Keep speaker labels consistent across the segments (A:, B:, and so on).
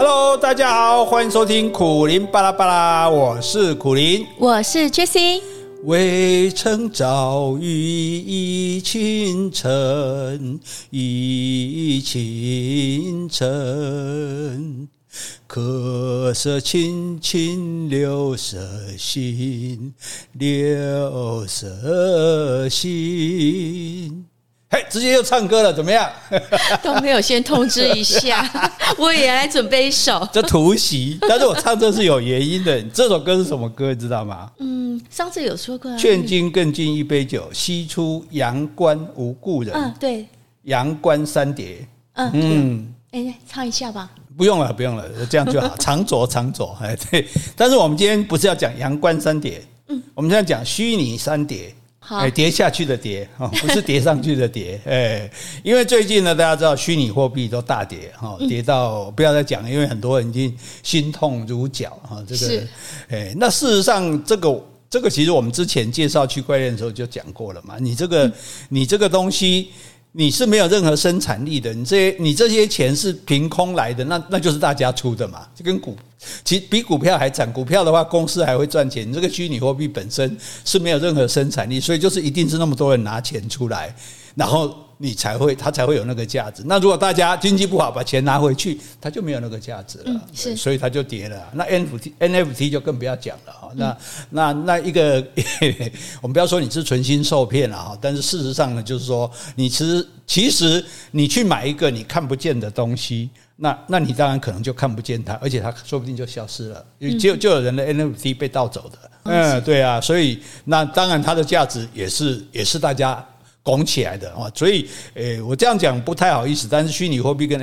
A: Hello， 大家好，欢迎收听苦苓巴拉巴拉，我是苦苓，
B: 我是 Jessie。
A: 渭城朝雨浥轻尘，浥轻尘。客舍青青柳色新，柳色新。嘿，直接又唱歌了，怎么样？
B: 都没有先通知一下，我也来准备一首。
A: 这突袭，但是我唱这是有原因的。这首歌是什么歌，你知道吗？
B: 上次有说过啊。
A: 劝君更尽一杯酒，西出阳关无故人。
B: 对。
A: 阳关三叠。
B: 唱一下吧。
A: 不用了，不用了，这样就好。长酌，长酌。对。但是我们今天不是要讲阳关三叠，我们现在讲虚拟三叠。跌下去的跌，不是跌上去的跌。因为最近呢，大家知道虚拟货币都大跌，跌到不要再讲，因为很多人已经心痛如绞。这个，那事实上这个其实我们之前介绍区块链的时候就讲过了嘛。你这个东西你是没有任何生产力的，你这些钱是凭空来的，那就是大家出的嘛，就跟其实比股票还惨。股票的话，公司还会赚钱，你这个虚拟货币本身是没有任何生产力，所以就是一定是那么多人拿钱出来，然后它才会有那个价值。那如果大家经济不好，把钱拿回去，它就没有那个价值了，所以它就跌了。那 NFT 就更不要讲了。那一个我们不要说你是存心受骗了，但是事实上呢，就是说其实你去买一个你看不见的东西，那你当然可能就看不见它，而且它说不定就消失了，就有人的 NFT 被盗走的。对啊，所以那当然它的价值也是大家拱起来的。所以我这样讲不太好意思，但是虚拟货币跟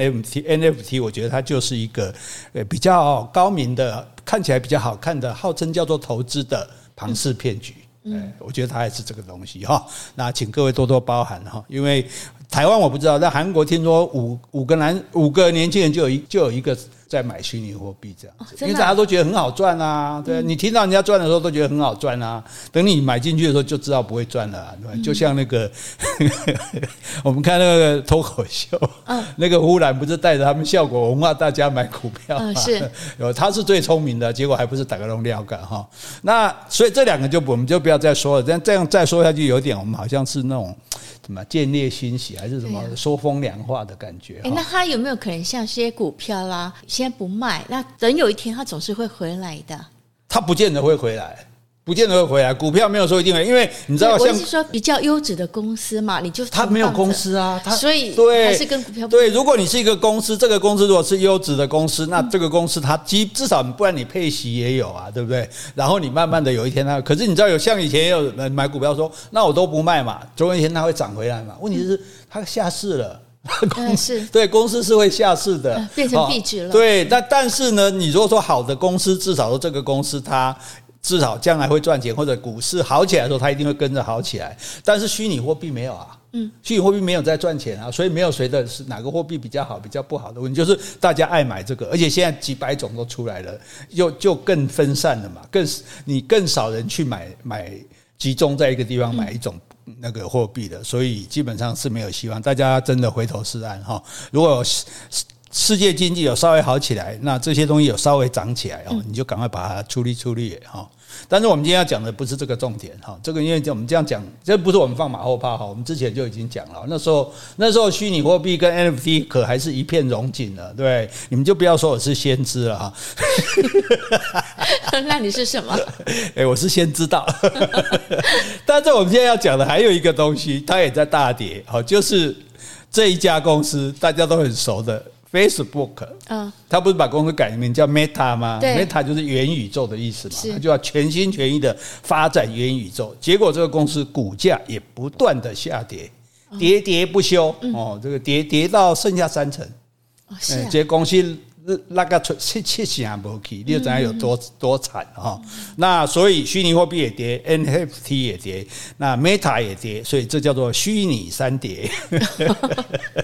A: NFT 我觉得它就是一个比较高明的，看起来比较好看的，号称叫做投资的庞氏骗局。我觉得它还是这个东西。那请各位多多包涵，因为台湾我不知道，在韩国听说五个年轻人就有一个在买虚拟货币这样子，因为大家都觉得很好赚啊。对，你听到人家赚的时候都觉得很好赚啊，等你买进去的时候就知道不会赚了。对，就像那个我们看那个脱口秀，那个忽然不是带着他们效果文化大家买股票吗？是，他是最聪明的，结果还不是打个龙料感哈。那所以这两个我们就不要再说了，这样再说下去有点我们好像是那种什么见猎欣喜还是什么说风凉话的感觉。
B: 那他有没有可能像些股票啦，现在不卖，那等有一天他总是会回来的？他
A: 不见得会回来。股票没有说一定会，因为你知道像，
B: 我是说比较优质的公司嘛，你就
A: 它没有公司啊，
B: 所以还是跟股票不
A: 对。如果你是一个公司，这个公司如果是优质的公司，那这个公司它至少不然你配息也有啊，对不对？然后你慢慢的有一天可是你知道像以前也有人买股票说，那我都不卖嘛，总有一天它会涨回来嘛。问题是它下市了。对，公司是会下市的，
B: 变成壁纸了。
A: 对，但是呢，你如果说好的公司，至少说这个公司它至少将来会赚钱，或者股市好起来的时候，它一定会跟着好起来。但是虚拟货币没有啊，虚拟货币没有在赚钱啊，所以没有谁的是哪个货币比较好、比较不好的问题，就是大家爱买这个，而且现在几百种都出来了，就更分散了嘛，你更少人去买集中在一个地方买一种那个货币的，所以基本上是没有希望。大家真的回头是岸哈，如果世界经济有稍微好起来，那这些东西有稍微涨起来你就赶快把它处理哈。但是我们今天要讲的不是这个重点哈，这个因为我们这样讲，这不是我们放马后炮哈，我们之前就已经讲了。那时候虚拟货币跟 NFT 可还是一片荣景了，对，你们就不要说我是先知了哈。
B: 那你是什么？
A: 我是先知道。但是我们现在要讲的还有一个东西，它也在大跌，就是这一家公司大家都很熟的。Facebook， 他不是把公司改名叫 Meta 吗？ Meta 就是元宇宙的意思嘛，他就要全心全意的发展元宇宙。结果这个公司股价也不断的下跌，喋喋不休。这个跌到剩下30%。这公司那个七成没去，你就知道有多惨哈。那所以虚拟货币也跌 ，NFT 也跌，那 Meta 也跌，所以这叫做虚拟三跌。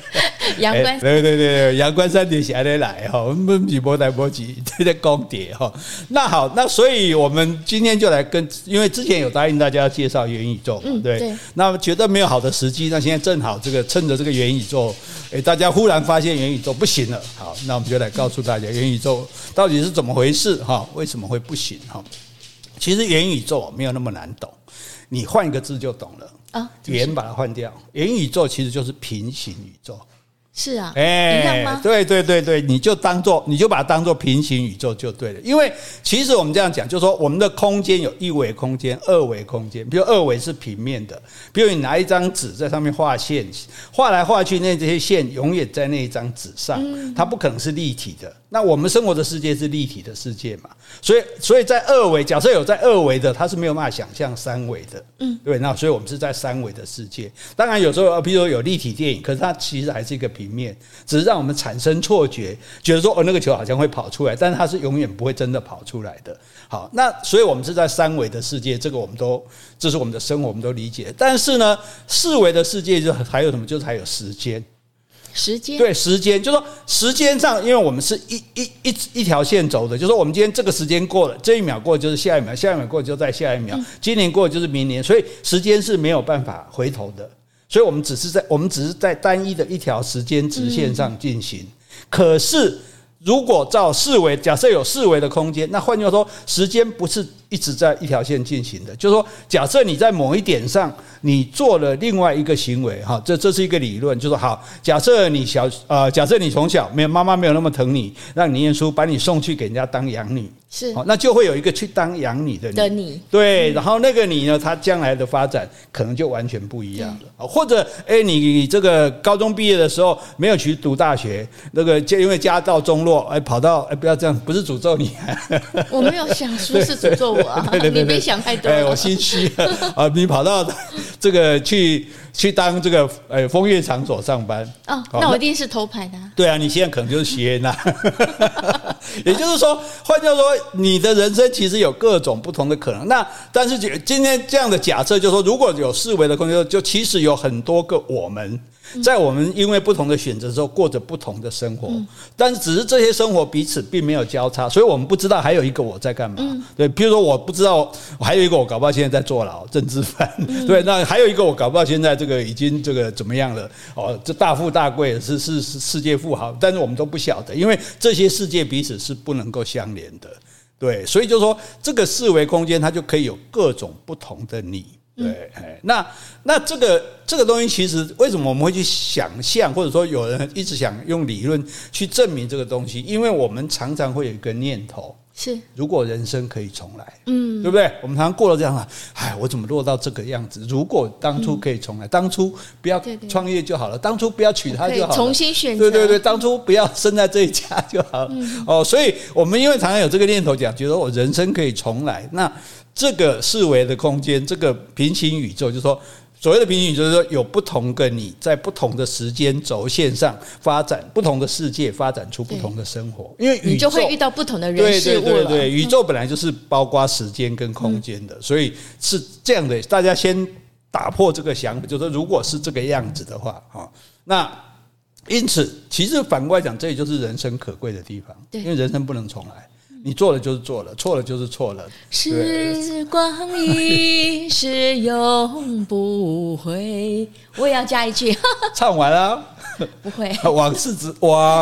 B: 阳关
A: 对，阳关三叠是安尼来哈，我们不是波台波吉在讲碟哈。那好，那所以我们今天就来因为之前有答应大家要介绍元宇宙嘛，对，那觉得没有好的时机，那现在正好趁着这个元宇宙，大家忽然发现元宇宙不行了，好，那我们就来告诉大家元宇宙到底是怎么回事哈，为什么会不行哈？其实元宇宙没有那么难懂，你换一个字就懂了啊，元把它换掉，元宇宙其实就是平行宇宙。
B: 是啊，一样吗？
A: 对，你就把它当作平行宇宙就对了。因为其实我们这样讲，就是说我们的空间有一维空间、二维空间。比如二维是平面的，比如你拿一张纸在上面画线，画来画去，这些线永远在那一张纸上，它不可能是立体的。那我们生活的世界是立体的世界嘛，所以在二维，假设有在二维的，它是没有办法想象三维的，对，那所以我们是在三维的世界。当然有时候，比如说有立体电影，可是它其实还是一个平面，只是让我们产生错觉，觉得说那个球好像会跑出来，但是它是永远不会真的跑出来的。好，那所以我们是在三维的世界，这是我们的生活，我们都理解。但是呢，四维的世界就还有什么？就是还有时间。对，时间就是说时间上，因为我们是一条线走的，就是说我们今天这个时间过了，这一秒过了就是下一秒，下一秒过了就在下一秒，今年过了就是明年，所以时间是没有办法回头的，所以我们只是在单一的一条时间直线上进行。可是如果照四维，假设有四维的空间，那换句话说，时间不是一直在一条线进行的，就是说，假设你在某一点上，你做了另外一个行为，哈，这是一个理论，就是说好，假设你从小妈妈没有那么疼你，让你念书，把你送去给人家当养女，
B: 是，
A: 那就会有一个去当养女的你，对，然后那个你呢，他将来的发展可能就完全不一样了，或者你这个高中毕业的时候没有去读大学，那个因为家道中落，跑到不要这样，不是诅咒你，
B: 我没有想说是诅咒我啊，你别想太多，
A: 我心虚啊，你跑到这个去当这个风月场所上班
B: 那我一定是偷拍的。
A: 对啊，你现在可能就是谢娜，也就是说，换句话说，你的人生其实有各种不同的可能。那但是今天这样的假设，就是说，如果有四维的空间，就其实有很多个我们。在我们因为不同的选择之后，过着不同的生活，但是只是这些生活彼此并没有交叉，所以我们不知道还有一个我在干嘛。对，比如说我不知道还有一个我搞不好现在在坐牢政治犯，对，那还有一个我搞不好现在这个已经这个怎么样了？这大富大贵是世界富豪，但是我们都不晓得，因为这些世界彼此是不能够相连的。对，所以就说这个四维空间它就可以有各种不同的你。对，那这个东西其实为什么我们会去想象，或者说有人一直想用理论去证明这个东西？因为我们常常会有一个念头，是如果人生可以重来，对不对？我们常常过了这样啊，我怎么落到这个样子？如果当初可以重来，当初不要创业就好了，当初不要娶她就好了，
B: 重新选择，
A: 对，当初不要生在这一家就好了。所以我们因为常常有这个念头讲，觉得我人生可以重来，那这个四维的空间，这个平行宇宙，就是说，所谓的平行宇宙，就是说有不同个你在不同的时间轴线上发展，不同的世界发展出不同的生活。因为宇宙你
B: 就会遇到不同的人事物了。
A: 对，宇宙本来就是包括时间跟空间的，所以是这样的。大家先打破这个想法，就是说如果是这个样子的话，那因此其实反过来讲，这也就是人生可贵的地方，因为人生不能重来。你做了就是做了，错了就是错了。
B: 时光一逝永不回，我也要加一句，
A: 唱完了。
B: 不会，
A: 往事之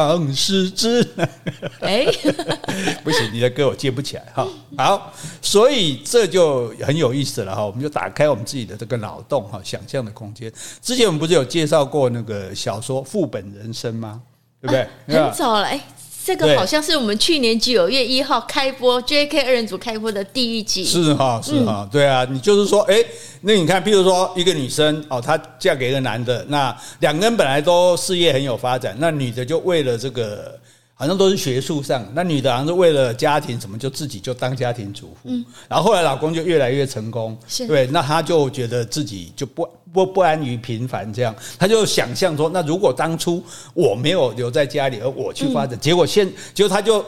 A: 不行，你的歌我接不起来哈。好，所以这就很有意思了哈。我们就打开我们自己的这个脑洞哈，想象的空间。之前我们不是有介绍过那个小说《副本人生》吗？对不对？
B: 很早了，这个好像是我们去年9月1号开播 JK 二人组开播的第一集。
A: 是哈，对啊，你就是说，那你看，譬如说一个女生她嫁给一个男的，那两个人本来都事业很有发展，那女的就为了这个。好像都是学术上，那女的好像是为了家庭什么，就自己就当家庭主妇，然后后来老公就越来越成功，对，那她就觉得自己就不安于平凡，这样，她就想象说，那如果当初我没有留在家里，而我去发展，结果她就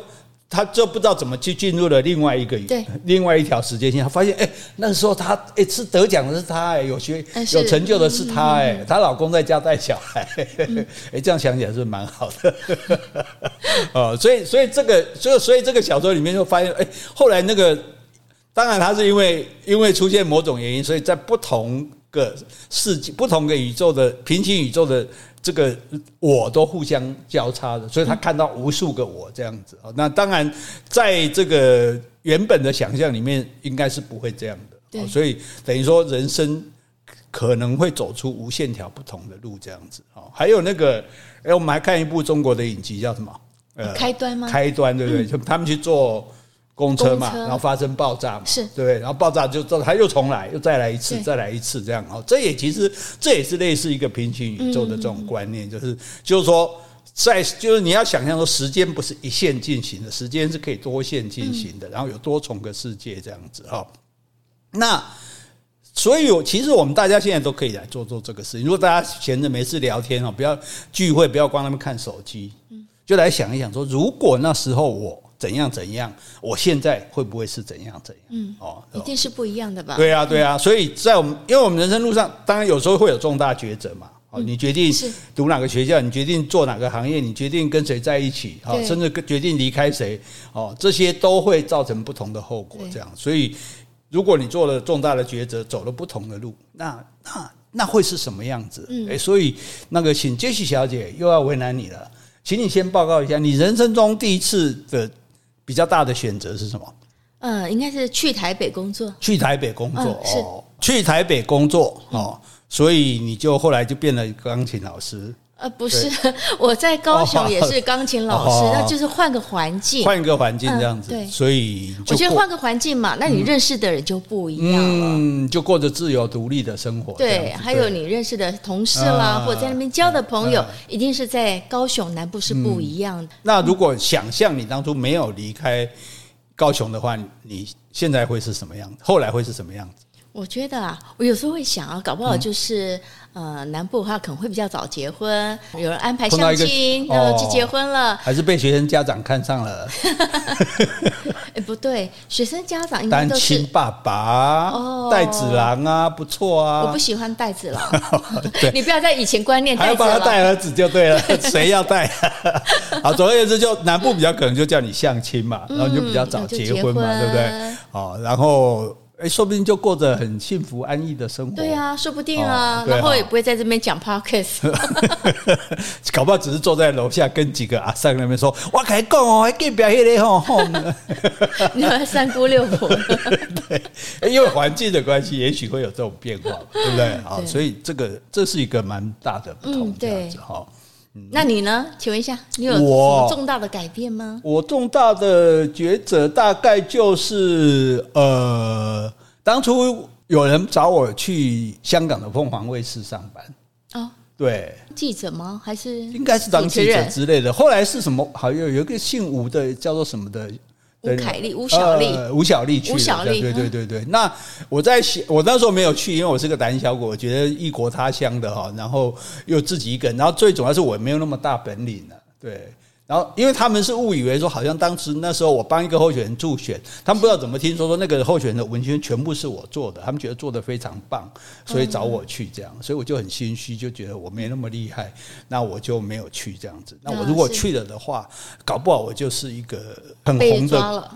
A: 他就不知道怎么去进入了另外一条时间线，他发现那时候他是得奖的是他有有成就的是他她老公在家带小孩这样想起来是蛮好的所以这个小说里面就发现后来那个当然他是因为出现某种原因，所以在不同个世纪不同个宇宙的平行宇宙的这个我都互相交叉的，所以他看到无数个我这样子。那当然在这个原本的想象里面应该是不会这样的，所以等于说人生可能会走出无限条不同的路这样子。还有那个我们还看一部中国的影集叫什么
B: 开端吗？
A: 开端，对不对？就他们去坐公车嘛，然后发生爆炸嘛，
B: 是
A: 对，然后爆炸就他又重来，又再来一次，再来一次这样。这也是类似一个平行宇宙的这种观念，就是说就是你要想象说时间不是一线进行的，时间是可以多线进行的，然后有多重个世界这样子。那所以其实我们大家现在都可以来做这个事情。如果大家闲着没事聊天不要聚会，不要光他们看手机，就来想一想说，如果那时候我怎样，我现在会不会是怎样？一定是不一样的吧？对啊，所以因为我们人生路上，当然有时候会有重大抉择嘛。你决定读哪个学校，你决定做哪个行业，你决定跟谁在一起，甚至决定离开谁，这些都会造成不同的后果。这样，所以如果你做了重大的抉择，走了不同的路，那会是什么样子？所以那个请杰西小姐又要为难你了，请你先报告一下，你人生中第一次的比较大的选择是什么？
B: 应该是去台北工作。去台北工
A: 作所以你就后来就变了钢琴老师。
B: 不是，我在高雄也是钢琴老师，那就是换个环境
A: 这样子。对，所以
B: 我觉得换个环境嘛，那你认识的人就不一样了，
A: 就过着自由独立的生活。
B: 对，还有你认识的同事啦，或者在那边交的朋友，一定是在高雄南部是不一样的。
A: 那如果想象你当初没有离开高雄的话，你现在会是什么样子？后来会是什么样子？
B: 我觉得我有时候会想搞不好就是南部的话可能会比较早结婚，有人安排相亲，然后去结婚了，
A: 还是被学生家长看上了？
B: 不对，学生家长应该都是
A: 单亲爸爸、带子郎啊，不错啊。
B: 我不喜欢带子郎你不要在以前观念带子郎，
A: 还要帮他带儿子就对了，谁要带？好，总而言之，就南部比较可能就叫你相亲嘛，然后你就比较早结婚嘛，对不对？然后说不定就过着很幸福安逸的生活。
B: 对啊，说不定啊，然后也不会在这边讲 podcast
A: 搞不好只是坐在楼下跟几个阿桑那边说，我跟你讲还隔壁那个
B: 你们三姑六婆
A: 对，因为环境的关系，也许会有这种变化，对不对？所以这是一个蛮大的不同，这样子。
B: 那你呢？请问一下，你有什么重大的改变吗？
A: 我重大的抉择大概就是当初有人找我去香港的凤凰卫视上班。对，
B: 记者吗？还是
A: 应该是当记者之类的。后来是什么？好像有一个姓吴的，叫做什么的。
B: 吴小莉去
A: 了，对。那我那时候没有去，因为我是个胆小鬼，我觉得异国他乡的然后又自己一个人，然后最主要是我没有那么大本领对。然后因为他们是误以为说，好像当时那时候我帮一个候选人助选，他们不知道怎么听说那个候选人的文宣全部是我做的，他们觉得做得非常棒，所以找我去这样，所以我就很心虚，就觉得我没那么厉害，那我就没有去这样子。那我如果去了的话，搞不好我就是一个很红的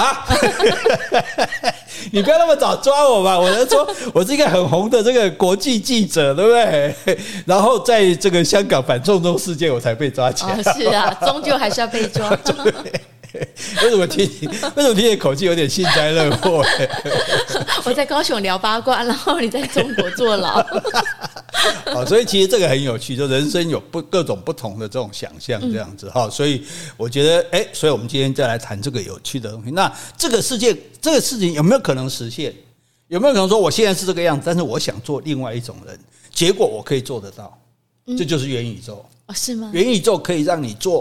A: 你不要那么早抓我吧，我就说我是一个很红的这个国际记者，对不对？然后在这个香港反送中事件我才被抓起来。
B: 是啊，终究还是要被抓。
A: 为什么听你口气有点幸灾乐祸？
B: 我在高雄聊八卦，然后你在中国坐牢。
A: 所以其实这个很有趣，就人生有各种不同的这种想象这样子。所以我觉得所以我们今天再来谈这个有趣的东西。那这个世界这个事情有没有可能实现？有没有可能说我现在是这个样子，但是我想做另外一种人，结果我可以做得到？这就是元宇宙。
B: 是吗？
A: 元宇宙可以让你做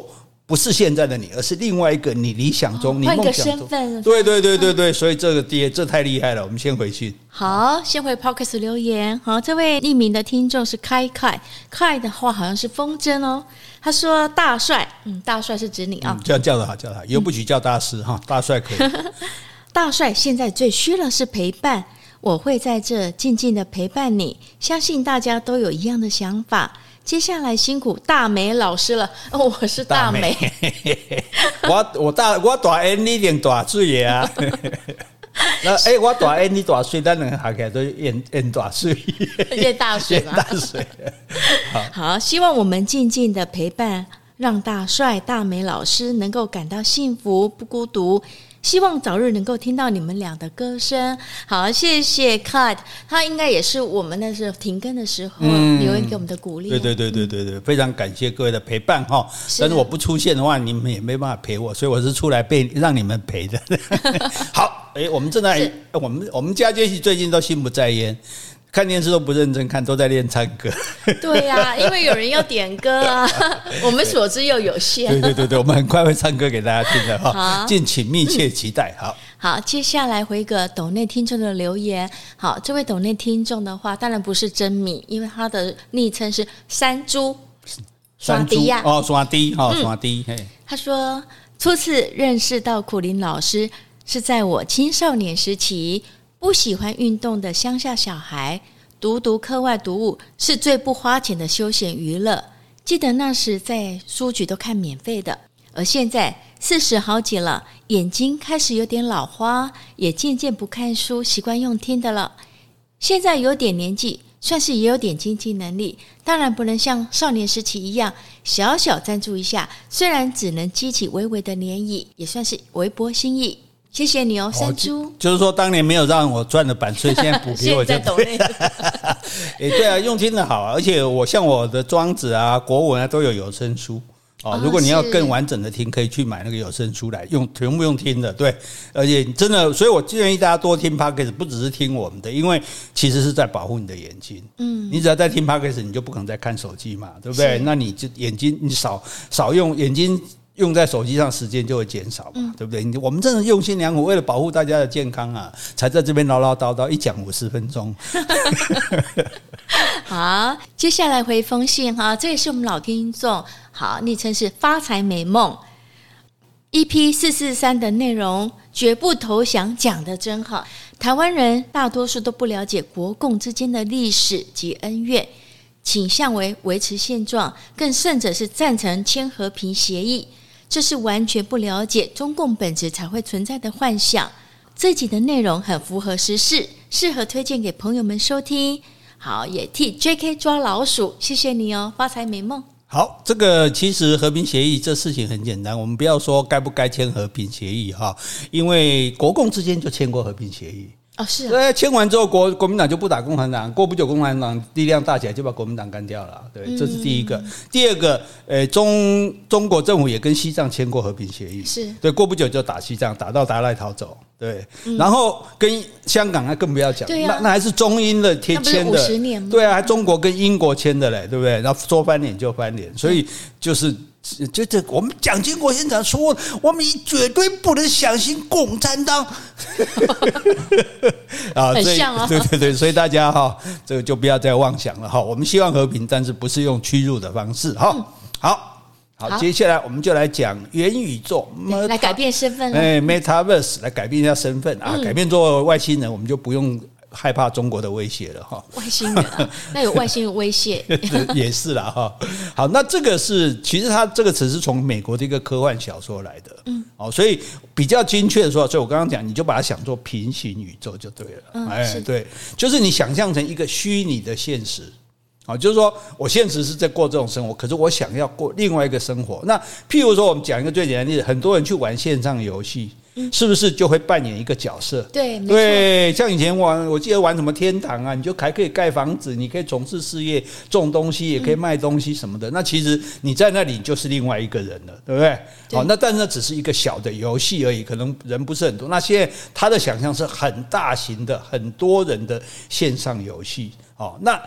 A: 不是现在的你，而是另外一个你理想中、你梦想中，
B: 换个身份。
A: 对对对对对，所以这个爹这太厉害了。我们先回去。
B: 好，先回 Podcast 留言。好，这位匿名的听众是凯的话好像是风筝哦。他说大帅，大帅是指你啊，
A: 这样叫的好，叫的好，以后不许叫大师哈，大帅可以。
B: 大帅现在最需要的是陪伴，我会在这静静的陪伴你，相信大家都有一样的想法。接下来辛苦大美老师了，我是大美，
A: 我大 N 你一定大水啊！那我大 N 你大水，咱两个合起来都演大水，
B: 演大水嘛，
A: 大水。
B: 好，希望我们静静的陪伴，让大帅、大美老师能够感到幸福，不孤独。希望早日能够听到你们俩的歌声。好，谢谢 Cut， 他应该也是我们那时候停更的时候留言给我们的鼓励。
A: 对，非常感谢各位的陪伴哈。但是我不出现的话，你们也没办法陪我，所以我是出来让你们陪的。好，我们正在我们家杰西最近都心不在焉。看电视都不认真看，都在练唱歌。对
B: 呀，因为有人要点歌啊，我们所知又有限。
A: 对，我们很快会唱歌给大家听的哈，敬请密切期待。
B: 好，接下来回个斗内听众的留言。好，这位斗内听众的话，当然不是真米，因为他的昵称是山猪
A: 山猪呀，山猪山猪。
B: 他说，初次认识到苦苓老师是在我青少年时期。不喜欢运动的乡下小孩，读课外读物是最不花钱的休闲娱乐。记得那时在书局都看免费的，而现在40好几了，眼睛开始有点老花，也渐渐不看书，习惯用听的了。现在有点年纪，算是也有点经济能力，当然不能像少年时期一样小小赞助一下，虽然只能激起微微的涟漪，也算是微薄心意。谢谢你哦，山猪。
A: 就是说，当年没有让我赚的版税，现在补给我就对了。对啊，用听的好啊，而且像我的庄子啊、国文啊都有有声书如果你要更完整的听，可以去买那个有声书来用，全部用听的。对，而且真的，所以我建议大家多听 Podcast， 不只是听我们的，因为其实是在保护你的眼睛。你只要在听 Podcast， 你就不可能再看手机嘛，对不对？那你就眼睛你少用眼睛。用在手机上时间就会减少嘛，对不对？我们真的用心良苦，为了保护大家的健康啊，才在这边唠唠叨叨一讲50分钟。
B: 好，接下来回封信哈，这也是我们老听众，好，昵称是发财美梦 EP 443的内容绝不投降讲得真好。台湾人大多数都不了解国共之间的历史及恩怨，倾向为维持现状，更甚者是赞成签和平协议。这是完全不了解中共本质才会存在的幻想。这集的内容很符合时事，适合推荐给朋友们收听。好，也替 JK 抓老鼠，谢谢你哦，发财美梦。
A: 好，这个其实和平协议这事情很简单，我们不要说该不该签和平协议哈，因为国共之间就签过和平协议。
B: 是啊，
A: 对，签完之后国民党就不打共产党，过不久共产党力量大起来就把国民党干掉了。对，这是第一个。第二个，中国政府也跟西藏签过和平协议，
B: 是对，
A: 过不久就打西藏，打到达赖逃走。对，然后跟香港那更不要讲，那还是中英的签的
B: ，50年吗？
A: 对啊，还中国跟英国签的嘞，对不对？然后说翻脸就翻脸，所以就是这我们蒋经国先生说，我们绝对不能相信共产党。
B: 很像啊，
A: 对，所以大家这个就不要再妄想了我们希望和平，但是不是用屈辱的方式好，接下来我们就来讲元宇宙，
B: 来改变身份
A: Metaverse 来改变一下身份改变做外星人，我们就不用害怕中国的威胁了
B: 外星人那有外星人威胁
A: 也是啦好，那这个是其实它这个词是从美国的一个科幻小说来的所以比较精确的说，所以我刚刚讲你就把它想做平行宇宙就对了对，就是你想象成一个虚拟的现实就是说我现实是在过这种生活，可是我想要过另外一个生活。那譬如说我们讲一个最简单的例子，很多人去玩线上游戏是不是就会扮演一个角色？
B: 对，
A: 像以前我记得玩什么天堂啊，你就还可以盖房子，你可以从事事业，种东西也可以卖东西什么的。那其实你在那里就是另外一个人了，对不对？那但是那只是一个小的游戏而已，可能人不是很多。那现在他的想象是很大型的，很多人的线上游戏那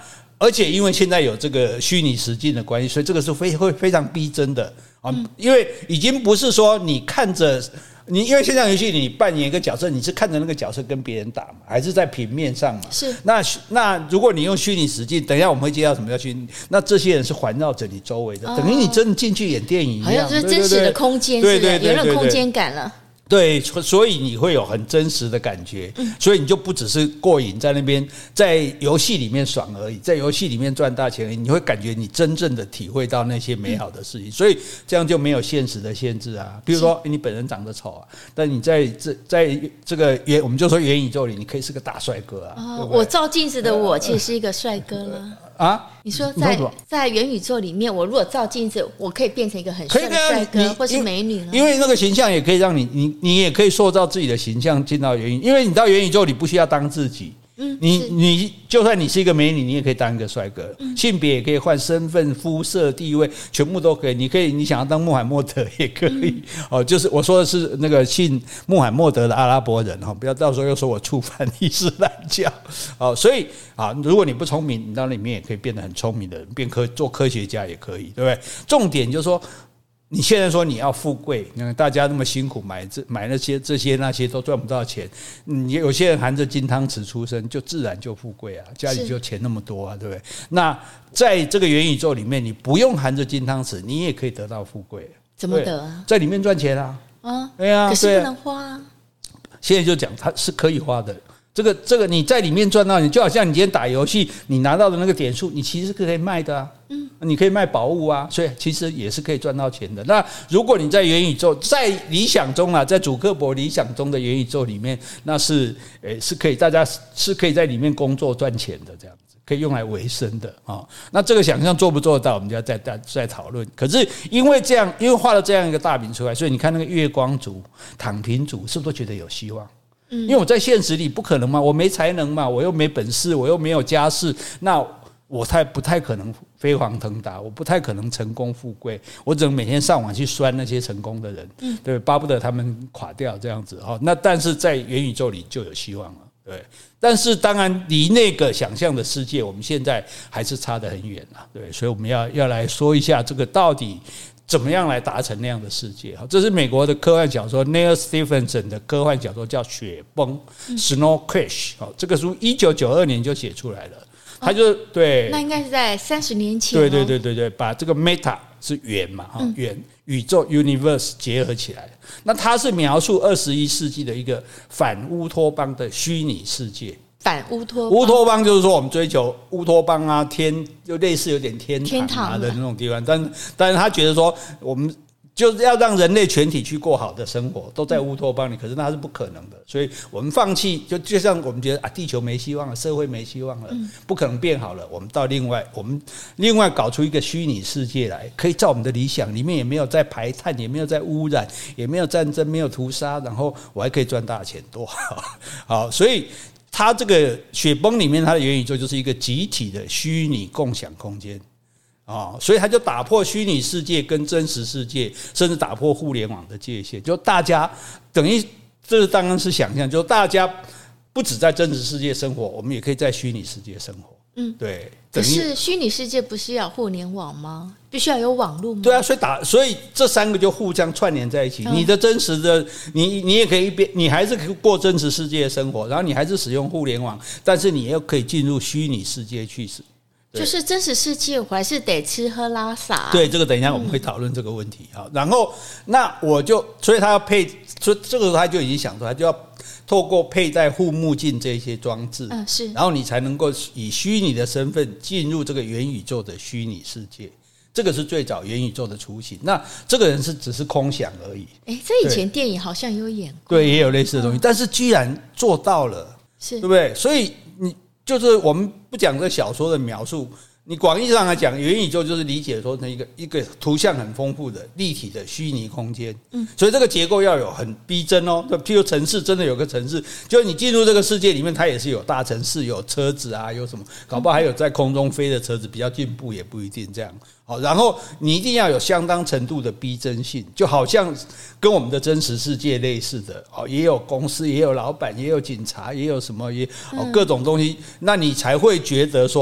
A: 而且因为现在有这个虚拟实境的关系，所以这个是会非常逼真的啊，因为已经不是说你看着。因为线上游戏你扮演一个角色，你是看着那个角色跟别人打嘛，还是在平面上嘛？
B: 是。
A: 那如果你用虚拟实境，等一下我们会介绍什么叫虚拟，那这些人是环绕着你周围的，等于你真的进去演电影一样，
B: 好像就是真实的空间，
A: 对，
B: 有那种空间感了。
A: 对，所以你会有很真实的感觉，所以你就不只是过瘾在那边在游戏里面爽而已，在游戏里面赚大钱而已，你会感觉你真正的体会到那些美好的事情，所以这样就没有现实的限制啊。比如说你本人长得丑啊，但你在这个我们就说元宇宙里，你可以是个大帅哥啊。对对，
B: 我照镜子的我其实是一个帅哥了。啊，你说在元宇宙里面，我如果照镜子，我可以变成一个很帅的帅哥或是美女呢？因
A: 为那个形象也可以让你也可以塑造自己的形象进到元宇，因为你到元宇宙里不需要当自己。你就算你是一个美女，你也可以当一个帅哥，性别也可以换，身份、肤色、地位全部都可以。你想要当穆罕默德也可以哦，就是我说的是那个姓穆罕默德的阿拉伯人哈，不要到时候又说我触犯伊斯兰教哦。所以啊，如果你不聪明，你到里面也可以变得很聪明的人，做科学家也可以，对不对？重点就是说。你现在说你要富贵，大家那么辛苦买那些这些那些都赚不到钱，有些人含着金汤匙出生，就自然就富贵啊，家里就钱那么多啊，对不对？那在这个元宇宙里面，你不用含着金汤匙，你也可以得到富贵。
B: 怎么得啊？
A: 在里面赚钱啊！对啊，
B: 可是不能花啊。
A: 现在就讲它是可以花的。这个你在里面赚到，你就好像你今天打游戏，你拿到的那个点数，你其实是可以卖的啊。你可以卖宝物啊，所以其实也是可以赚到钱的。那如果你在元宇宙，在理想中啊，在祖克伯理想中的元宇宙里面，那是可以大家是可以在里面工作赚钱的，这样子可以用来维生的啊。那这个想象做不做得到，我们就要再讨论。可是因为画了这样一个大饼出来，所以你看那个月光族、躺平族，是不是都觉得有希望？因为我在现实里不可能嘛，我没才能嘛，我又没本事，我又没有家世，那我不太可能飞黄腾达，我不太可能成功富贵，我只能每天上网去酸那些成功的人，对，巴不得他们垮掉这样子。那但是在元宇宙里就有希望了，对。但是当然离那个想象的世界，我们现在还是差得很远了，对。所以我们要来说一下这个到底怎么样来达成那样的世界？这是美国的科幻小说 Neil Stephenson 的科幻小说叫《雪崩》（Snow Crash）。这个书1992年就写出来了。他就对，
B: 那应该是在30年前。
A: 对，把这个 meta 是圆嘛，圆宇宙 universe 结合起来。那它是描述21世纪的一个反乌托邦的虚拟世界。
B: 反乌
A: 托邦就是说我们追求乌托邦啊，就类似有点天堂啊的那种地方，但是他觉得说我们就是要让人类全体去过好的生活，都在乌托邦里，可是那是不可能的，所以我们放弃，就像我们觉得啊，地球没希望了，社会没希望了，不可能变好了，我们另外搞出一个虚拟世界来，可以照我们的理想，里面也没有在排碳，也没有在污染，也没有战争，没有屠杀，然后我还可以赚大钱，多好！所以它这个雪崩里面，它的元宇宙就是一个集体的虚拟共享空间。所以他就打破虚拟世界跟真实世界，甚至打破互联网的界限，就大家等于这当然是想象，就大家不只在真实世界生活，我们也可以在虚拟世界生活。对。
B: 可是虚拟世界不是要互联网吗？必须要有网络吗？
A: 对啊，所以这3个就互相串联在一起。你的真实的你也可以你还是过真实世界的生活，然后你还是使用互联网，但是你又可以进入虚拟世界去使。
B: 就是真实世界，我还是得吃喝拉撒。
A: 对，这个等一下我们会讨论这个问题。然后所以他要配，所以这个他就已经想出来，他就要透过佩戴护目镜这些装置，
B: 是，
A: 然后你才能够以虚拟的身份进入这个元宇宙的虚拟世界。这个是最早元宇宙的雏形。那这个人只是空想而已。
B: 这以前电影好像有演过，
A: 对，也有类似的东西，但是居然做到了，
B: 是，
A: 对不对？所以就是我们不讲这小说的描述，你广义上来讲，元宇宙就是理解说一个图像很丰富的立体的虚拟空间。所以这个结构要有很逼真哦。譬如城市真的有个城市，就是你进入这个世界里面，它也是有大城市，有车子啊，有什么，搞不好还有在空中飞的车子，比较进步也不一定这样。然后你一定要有相当程度的逼真性，就好像跟我们的真实世界类似的，也有公司，也有老板，也有警察，也有什么各种东西，那你才会觉得说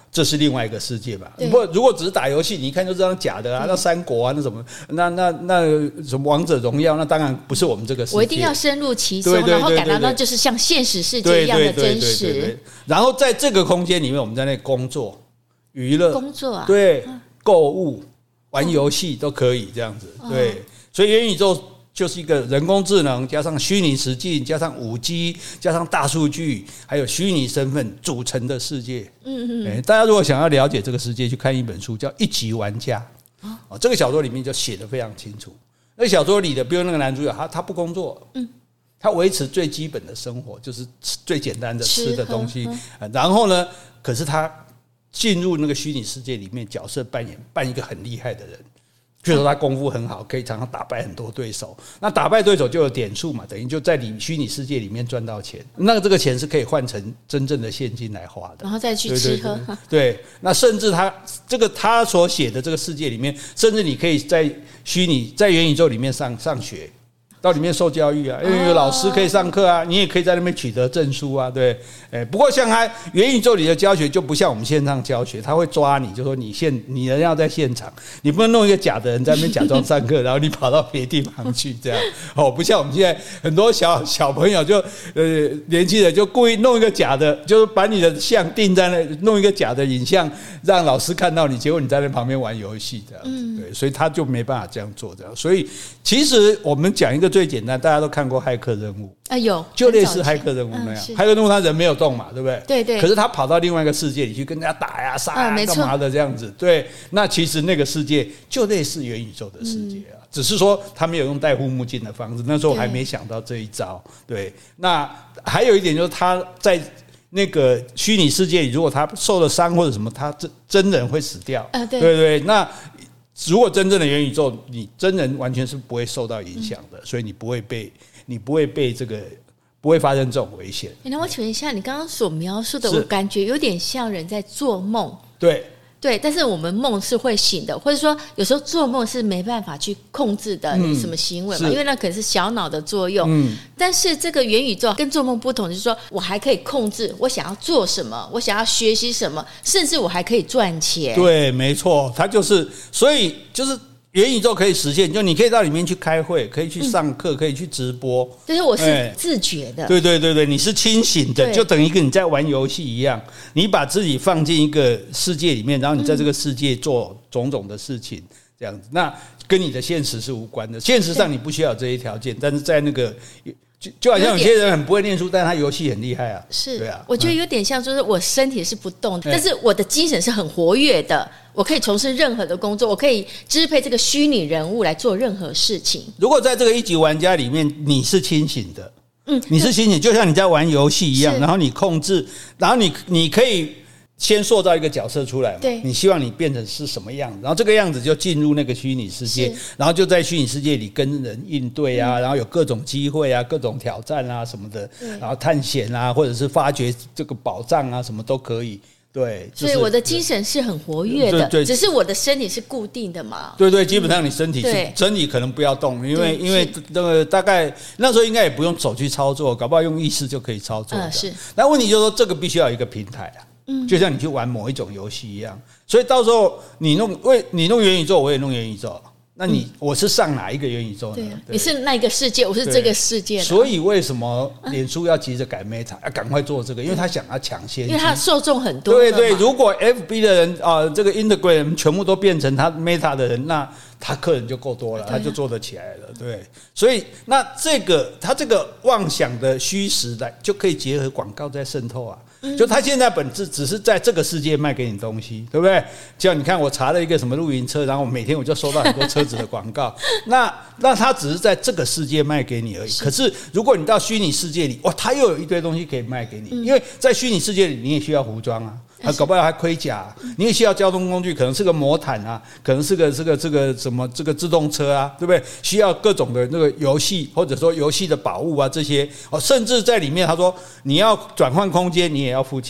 A: 这是另外一个世界吧。不，如果只是打游戏，你一看就知道假的啊，那三国啊，那什么，那什么王者荣耀，那当然不是我们这个世界。
B: 我一定要深入其中，然后感到那就是像现实世界一样的真实。
A: 然后在这个空间里面，我们在那工作、娱乐、
B: 工作啊，
A: 对，购物、玩游戏都可以这样子。对，所以元宇宙就是一个人工智能加上虚拟实境加上5G加上大数据还有虚拟身份组成的世界。大家如果想要了解这个世界，去看一本书叫《一级玩家》。这个小说里面就写得非常清楚。那个小说里的，比如那个男主角，他不工作，他维持最基本的生活，就是最简单的吃的东西。然后呢，可是他进入那个虚拟世界里面，角色扮一个很厉害的人。譬如说他功夫很好，可以常常打败很多对手。那打败对手就有点数嘛，等于就在虚拟世界里面赚到钱。那这个钱是可以换成真正的现金来花的，
B: 然后再去吃喝。
A: 对，那甚至他所写的这个世界里面，甚至你可以在元宇宙里面上学。到里面受教育啊，因为有老师可以上课啊，你也可以在那边取得证书啊，对，不过像他元宇宙里的教学就不像我们线上教学，他会抓你，就说你人要在现场，你不能弄一个假的人在那边假装上课，然后你跑到别地方去这样，不像我们现在很多小朋友就年轻人就故意弄一个假的，就是把你的像定在那，弄一个假的影像让老师看到你，结果你在那旁边玩游戏这样子，对，所以他就没办法这样做这样，所以其实我们讲一个最简单，大家都看过骇客任务
B: 有
A: 就类似骇客任务那样，骇客任务他人没有动嘛，对不对？
B: 对对。
A: 可是他跑到另外一个世界里去跟人家打呀杀呀干嘛的这样子，对。那其实那个世界就类似元宇宙的世界啊，只是说他没有用戴护目镜的方式，那时候还没想到这一招。对。那还有一点就是他在那个虚拟世界里，如果他受了伤或者什么，他真人会死掉。对对。那如果真正的元宇宙，你真人完全是不会受到影响的，所以你不会被这个不会发生这种危险。
B: 那我请问一下，你刚刚所描述的，我感觉有点像人在做梦。对，但是我们梦是会醒的，或者说有时候做梦是没办法去控制的什么行为嘛，因为那可能是小脑的作用。但是这个元宇宙跟做梦不同，就是说我还可以控制我想要做什么，我想要学习什么，甚至我还可以赚钱。
A: 对，没错，它就是所以就是元宇宙可以实现，就你可以到里面去开会，可以去上课，可以去直播，
B: 就是我是自觉的。
A: 对，你是清醒的，就等于跟你在玩游戏一样，你把自己放进一个世界里面，然后你在这个世界做种种的事情，这样子，那跟你的现实是无关的。现实上你不需要这些条件，但是在那个就好像有些人很不会念书，但他游戏很厉害啊。
B: 是，
A: 对啊，
B: 我觉得有点像，就是我身体是不动的，但是我的精神是很活跃的。我可以从事任何的工作，我可以支配这个虚拟人物来做任何事情。
A: 如果在这个一级玩家里面，你是清醒的，你是清醒，就像你在玩游戏一样，然后你控制，然后你可以先塑造一个角色出来嘛，你希望你变成是什么样子，然后这个样子就进入那个虚拟世界，然后就在虚拟世界里跟人应对啊，然后有各种机会啊，各种挑战啊什么的，然后探险啊，或者是发掘这个宝藏啊，什么都可以。对，
B: 所以我的精神是很活跃的，只是我的身体是固定的嘛。
A: 对，基本上你身体可能不要动，因为这个大概那时候应该也不用手去操作，搞不好用意识就可以操作。
B: 是。
A: 那问题就是说，这个必须要有一个平台啊。就像你去玩某一种游戏一样，所以到时候你弄元宇宙，我也弄元宇宙。那我是上哪一个元宇宙呢？
B: 你是那个世界，我是这个世界的。
A: 所以为什么脸书要急着改 Meta， 要赶快做这个？因为他想要抢先机，
B: 因为他受众很多。
A: 对，如果 FB 的人这个 Instagram 全部都变成他 Meta 的人，那他客人就够多了，他就做得起来了。对，所以那他这个妄想的虚实来就可以结合广告在渗透啊。就他现在本质只是在这个世界卖给你东西，对不对？就你看我查了一个什么露营车，然后每天我就收到很多车子的广告，那他只是在这个世界卖给你而已。可是如果你到虚拟世界里，哇，他又有一堆东西可以卖给你，因为在虚拟世界里你也需要服装啊。搞不好还盔甲，你也需要交通工具，可能是个魔毯啊，可能是个这个什么这个自动车啊，对不对？需要各种的那个游戏，或者说游戏的宝物啊这些甚至在里面他说你要转换空间，你也要付钱。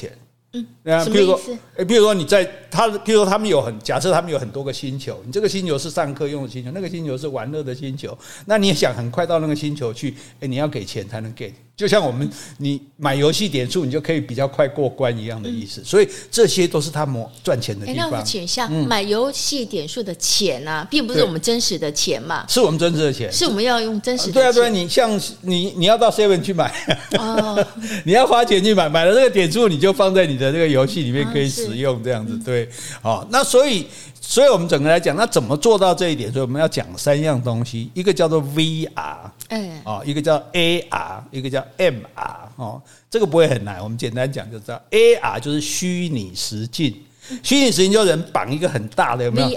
B: 什么意思？
A: 比如说你在比如说他们假设他们有很多个星球，你这个星球是上课用的星球，那个星球是玩乐的星球，那你也想很快到那个星球去，你要给钱才能给，就像你买游戏点数，你就可以比较快过关一样的意思。所以这些都是他们赚钱的地方。
B: 那我请一下，买游戏点数的钱啊，并不是我们真实的钱嘛？
A: 是我们真实的钱，
B: 是我们要用真实的钱。
A: 对啊，你像你要到 7 去买，你要花钱去买了这个点数，你就放在你的这个游戏里面可以使用，这样子对。那所以我们整个来讲，那怎么做到这一点？所以我们要讲3样东西，一个叫做 VR，一个叫 AR， 一个叫 MR。这个不会很难，我们简单讲就知道。AR 就是虚拟实境。虚拟实境就人绑一个很大的，有没有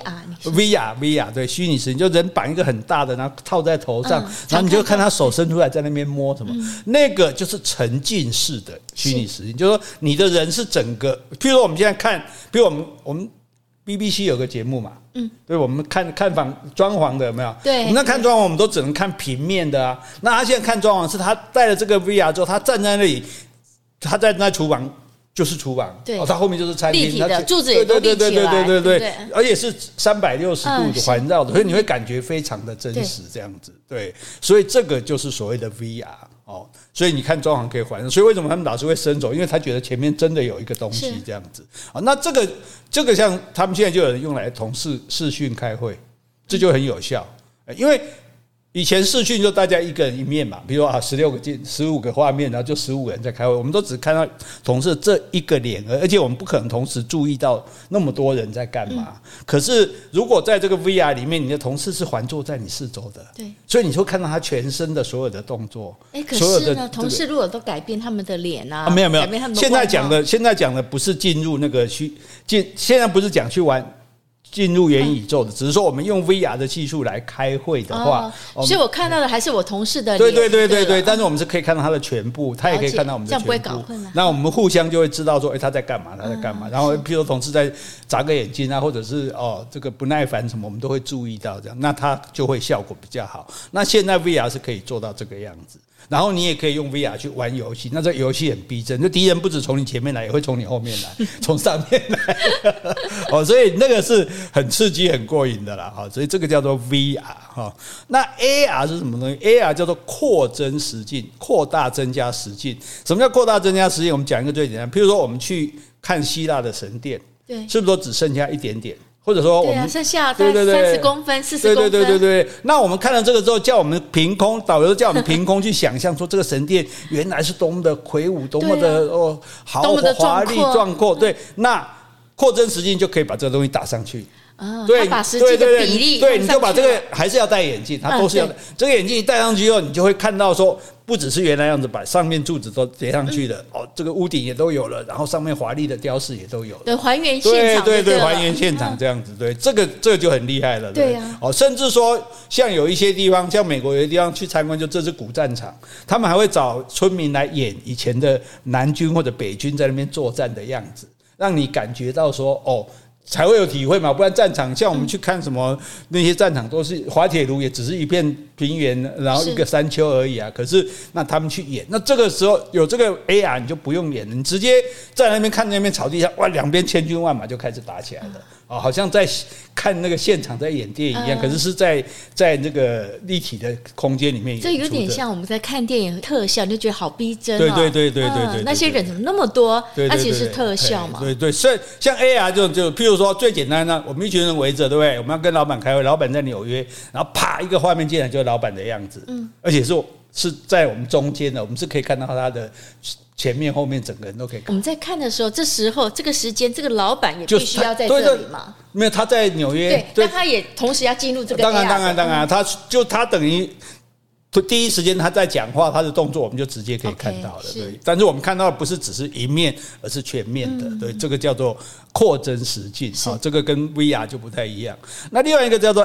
A: ？VR 对，虚拟实境就人绑一个很大的，然后套在头上，然后你就看他手伸出来在那边摸什么，那个就是沉浸式的虚拟实境，就是说你的人是整个，譬如说我们现在看，比如我们 BBC 有个节目嘛，对，我们看装潢的有没有？
B: 对，
A: 我们那看装潢，我们都只能看平面的啊。那他现在看装潢是他带了这个 VR 之后，他站在那里，他在那厨房。就是厨房，它后面就是餐厅，
B: 立体的柱子也都立起来，
A: 对，而且是360度环绕的，所以你会感觉非常的真实，这样子，对，所以这个就是所谓的 VR。所以你看装潢可以环绕，所以为什么他们老是会伸手？因为他觉得前面真的有一个东西这样子。那这个像他们现在就有人用来同视讯开会，这就很有效，因为以前视讯就大家一个人一面嘛，比如说16个镜15个画面，然后就15个人在开会，我们都只看到同事这一个脸，而且我们不可能同时注意到那么多人在干嘛。可是如果在这个 VR 里面，你的同事是环坐在你四周的，对，所以你会看到他全身的所有的动作。
B: 可是呢，同事如果都改变他们的脸啊，
A: 没有，现在讲的不是进入那个现在不是讲去玩。进入元宇宙的，只是说我们用 VR 的技术来开会的话，
B: 所以我看到的还是我同事的脸。
A: 对，但是我们是可以看到他的全部，他也可以看到我们的全部，
B: 这样不会搞混啊。
A: 那我们互相就会知道说，他在干嘛，然后譬如同事在眨个眼睛啊，或者是这个不耐烦什么，我们都会注意到这样，那他就会效果比较好。那现在 VR 是可以做到这个样子。然后你也可以用 VR 去玩游戏，那这游戏很逼真，就敌人不止从你前面来，也会从你后面来，从上面来，所以那个是很刺激、很过瘾的啦。所以这个叫做 VR。那 AR 是什么东西 ？AR 叫做扩增实境，扩大增加实境。什么叫扩大增加实境？我们讲一个最简单，譬如说我们去看希腊的神殿，对，是不是都只剩下一点点？或者说我们
B: 剩下30公分、40公分，
A: 对。那我们看了这个之后，叫我们导游叫我们凭空去想象，说这个神殿原来是多么的魁梧，多么的豪华丽壮阔。对，那扩增实境就可以把这个东西打上去。
B: 对，把实际的比例，
A: 对，你就把这个还是要戴眼镜，它都是要这个眼镜一戴上去以后，你就会看到说，不只是原来样子，把上面柱子都叠上去了，这个屋顶也都有了，然后上面华丽的雕饰也都有了，
B: 对，还原现场，
A: 对，还原现场这样子，对，这个就很厉害了，对啊，甚至说像有一些地方，像美国有些地方去参观，就这是古战场，他们还会找村民来演以前的南军或者北军在那边作战的样子，让你感觉到说才会有体会嘛，不然战场像我们去看什么那些战场都是滑铁卢，也只是一片平原，然后一个山丘而已啊。可是那他们去演，那这个时候有这个 AR 你就不用演了，你直接在那边看那边草地上，哇，两边千军万马就开始打起来了。好像在看那个现场在演电影一样，可是是在那个立体的空间里面演出的。
B: 这有点像我们在看电影特效，你就觉得好逼真。
A: 对，
B: 那些人怎么那么多？那其实是特效嘛。
A: 对，所以像 AR 就譬如说最简单的，我们一群人围着，对不对？我们要跟老板开会，老板在纽约，然后啪一个画面进来就是老板的样子，而且是在我们中间的，我们是可以看到他的前面后面整个人都可以看。
B: 我们在看的时候，这时候这个时间，这个老板也必须要在这里嘛？
A: 没有，他在纽约，
B: 对，但他也同时要进入这个。
A: 当然，他等于第一时间他在讲话，他的动作我们就直接可以看到了。对，但是我们看到的不是只是一面，而是全面的。对，这个叫做扩增实境，这个跟 VR 就不太一样。那另外一个叫做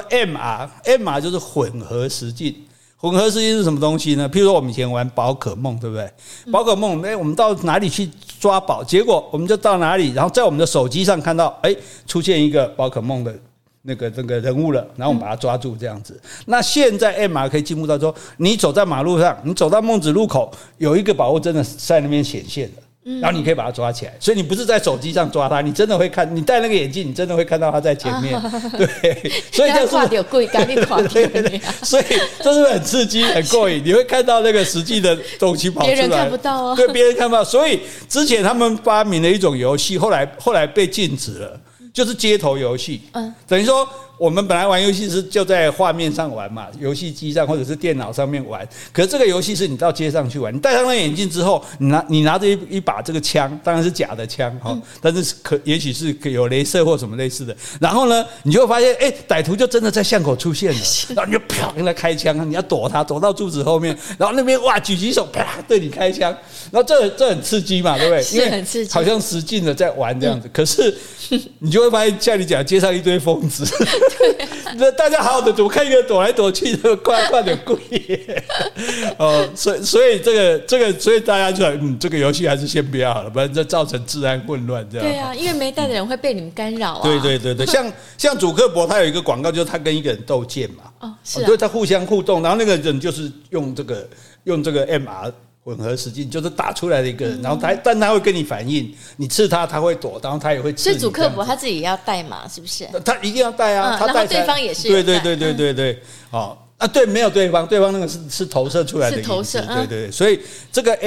A: MR 就是混合实境。混合实境是什么东西呢？譬如说我们以前玩宝可梦，对不对？宝可梦，我们到哪里去抓宝？结果我们就到哪里，然后在我们的手机上看到，出现一个宝可梦的那个人物了，然后我们把它抓住，这样子。那现在 MR 可以进步到说，你走在马路上，你走到孟子路口，有一个宝物真的在那边显现了。 然后你可以把它抓起来，所以你不是在手机上抓它，你真的会看，你戴那个眼镜，你真的会看到它在前面，对，所以就是
B: 有贵干，你看对，
A: 所以这是不是很刺激、很过瘾？你会看到那个实际的东西跑出来，
B: 别人看不到哦，
A: 对，别人看不到。所以之前他们发明了一种游戏，后来被禁止了，就是街头游戏，等于说。我们本来玩游戏是就在画面上玩嘛，游戏机上或者是电脑上面玩。可是这个游戏是你到街上去玩，你戴上那眼镜之后，你拿着一把这个枪，当然是假的枪哈，但是也许是有雷射或什么类似的。然后呢，你就会发现，歹徒就真的在巷口出现了，然后你就啪跟他开枪，你要躲他，躲到柱子后面，然后那边哇举起手啪对你开枪，然后这很刺激嘛，对不对？因为好像实境的在玩这样子。可是你就会发现，像你讲，街上一堆疯子。对，大家好好的躲，看一个躲来躲去的，快点故意所以所以大家就这个游戏还是先不要好了，不然这造成治安混乱这样。
B: 对啊，因为没带的人会被你们干扰啊。
A: 对，像祖克伯他有一个广告，就是他跟一个人斗剑嘛，
B: 是啊，
A: 对，他互相互动，然后那个人就是用这个 MR。混合实境就是打出来的一个人，然后但他会跟你反应，你刺他，他会躲，然后他也会刺你。
B: 所以祖克伯他自己也要带嘛，是不是？
A: 他一定要带啊，他带，
B: 然后对方也是有带。
A: 对，对，没有对方那个是投射出来的，是投射，对，所以这个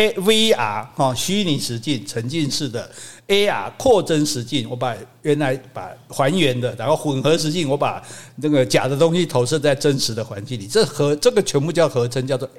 A: VR 虚拟实境沉浸式的 AR 扩增实境，我把原来把还原的，然后混合实境，我把那个假的东西投射在真实的环境里，这个全部叫合称，叫做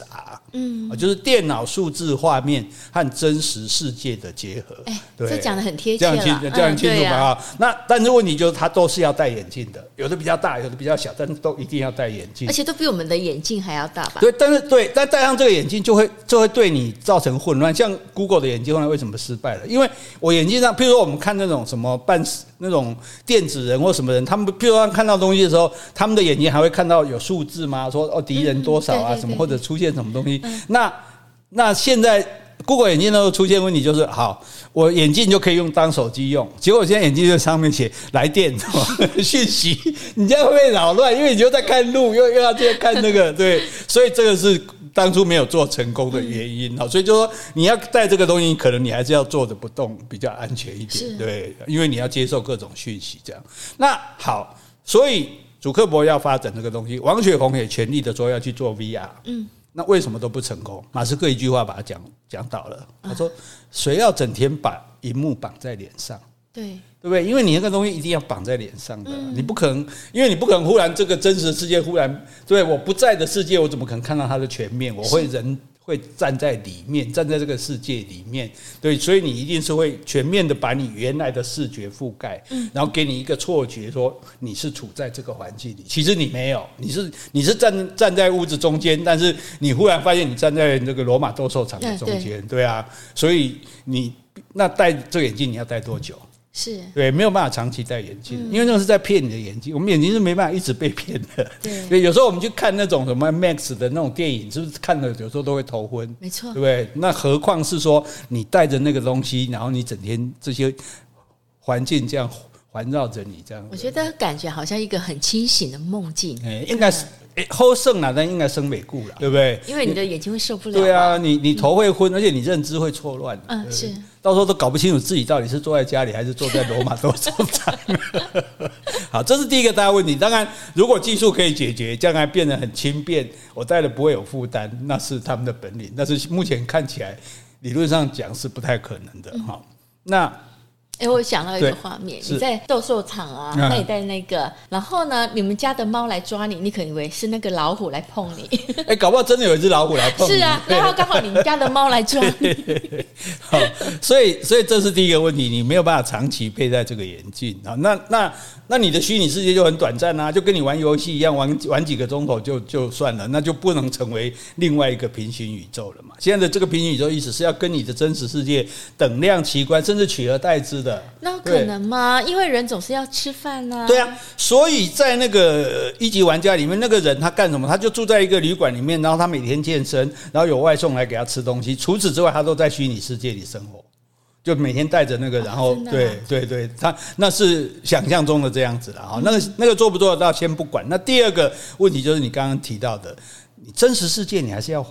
A: XR，就是电脑数字画面和真实世界的结合。
B: 对，这讲得很贴切了，
A: 这样清楚吧？那但是问题就是，它都是要戴眼镜的，有的比较大，有的比较小，但是都一定要戴眼镜，
B: 而且都比我们的眼镜还要大吧？
A: 对，但戴上这个眼镜就会对你造成混乱。像 Google 的眼镜后来为什么失败了？因为我眼镜上，譬如说我们看那种什么那种电子人或什么人，他们譬如说看到东西的时候，他们的眼睛还会看到有数字吗？说敌人多少啊，什么或者出现什么东西？那现在 Google 眼镜都出现问题，就是好，我眼镜就可以当手机用，结果现在眼镜就上面写来电讯息，你这样会被扰乱，因为你就在看路，又要在看那个，对，所以这个是当初没有做成功的原因。所以就说你要带这个东西，可能你还是要坐着不动，比较安全一点，对，因为你要接受各种讯息这样。那好，所以祖克伯要发展这个东西，王雪红也全力的说要去做 VR，那为什么都不成功？马斯克一句话把它讲倒了。他说：“谁要整天把荧幕绑在脸上？对不对？因为你那个东西一定要绑在脸上的，你不可能，因为你不可能忽然这个真实的世界忽然对我不在的世界，我怎么可能看到它的全面？我会会站在里面，站在这个世界里面，对，所以你一定是会全面的把你原来的视觉覆盖，然后给你一个错觉，说你是处在这个环境里，其实你没有，你是站在屋子中间，但是你忽然发现你站在这个罗马斗兽场的中间，对啊，所以你那戴这个眼镜你要戴多久？是对，没有办法长期戴眼镜，因为那个是在骗你的眼睛。我们眼睛是没办法一直被骗的。对，有时候我们去看那种什么 Max 的那种电影，是不是看了有时候都会头昏？没错，对不对？那何况是说你带着那个东西，然后你整天这些环境这样环绕着你，这样，我觉得感觉好像一个很清醒的梦境。应该是。后生啦，但应该生美固啦，对不对？因为你的眼睛会受不了。对啊，你头会昏，而且你认知会错乱。是，到时候都搞不清楚自己到底是坐在家里还是坐在罗马斗兽场。好，这是第一个大问题。当然，如果技术可以解决，将来变得很轻便，我戴了不会有负担，那是他们的本领。但是目前看起来，理论上讲是不太可能的。好，那。我想到一个画面，你在斗兽场啊，那你带那个，然后呢，你们家的猫来抓你，你可能以为是那个老虎来碰你，搞不好真的有一只老虎来碰你。是啊，然后刚好你们家的猫来抓你。好，所以这是第一个问题，你没有办法长期佩戴这个眼镜啊。那你的虚拟世界就很短暂啊，就跟你玩游戏一样，玩几个钟头就算了，那就不能成为另外一个平行宇宙了嘛。现在的这个平行宇宙意思是要跟你的真实世界等量齐观，甚至取而代之的。那可能吗？因为人总是要吃饭啊。对啊，所以在那个一级玩家里面，那个人他干什么？他就住在一个旅馆里面，然后他每天健身，然后有外送来给他吃东西。除此之外，他都在虚拟世界里生活，就每天带着那个，然后对，他那是想象中的这样子啦。那个做不做得到先不管。那第二个问题就是你刚刚提到的，你真实世界你还是要活啊。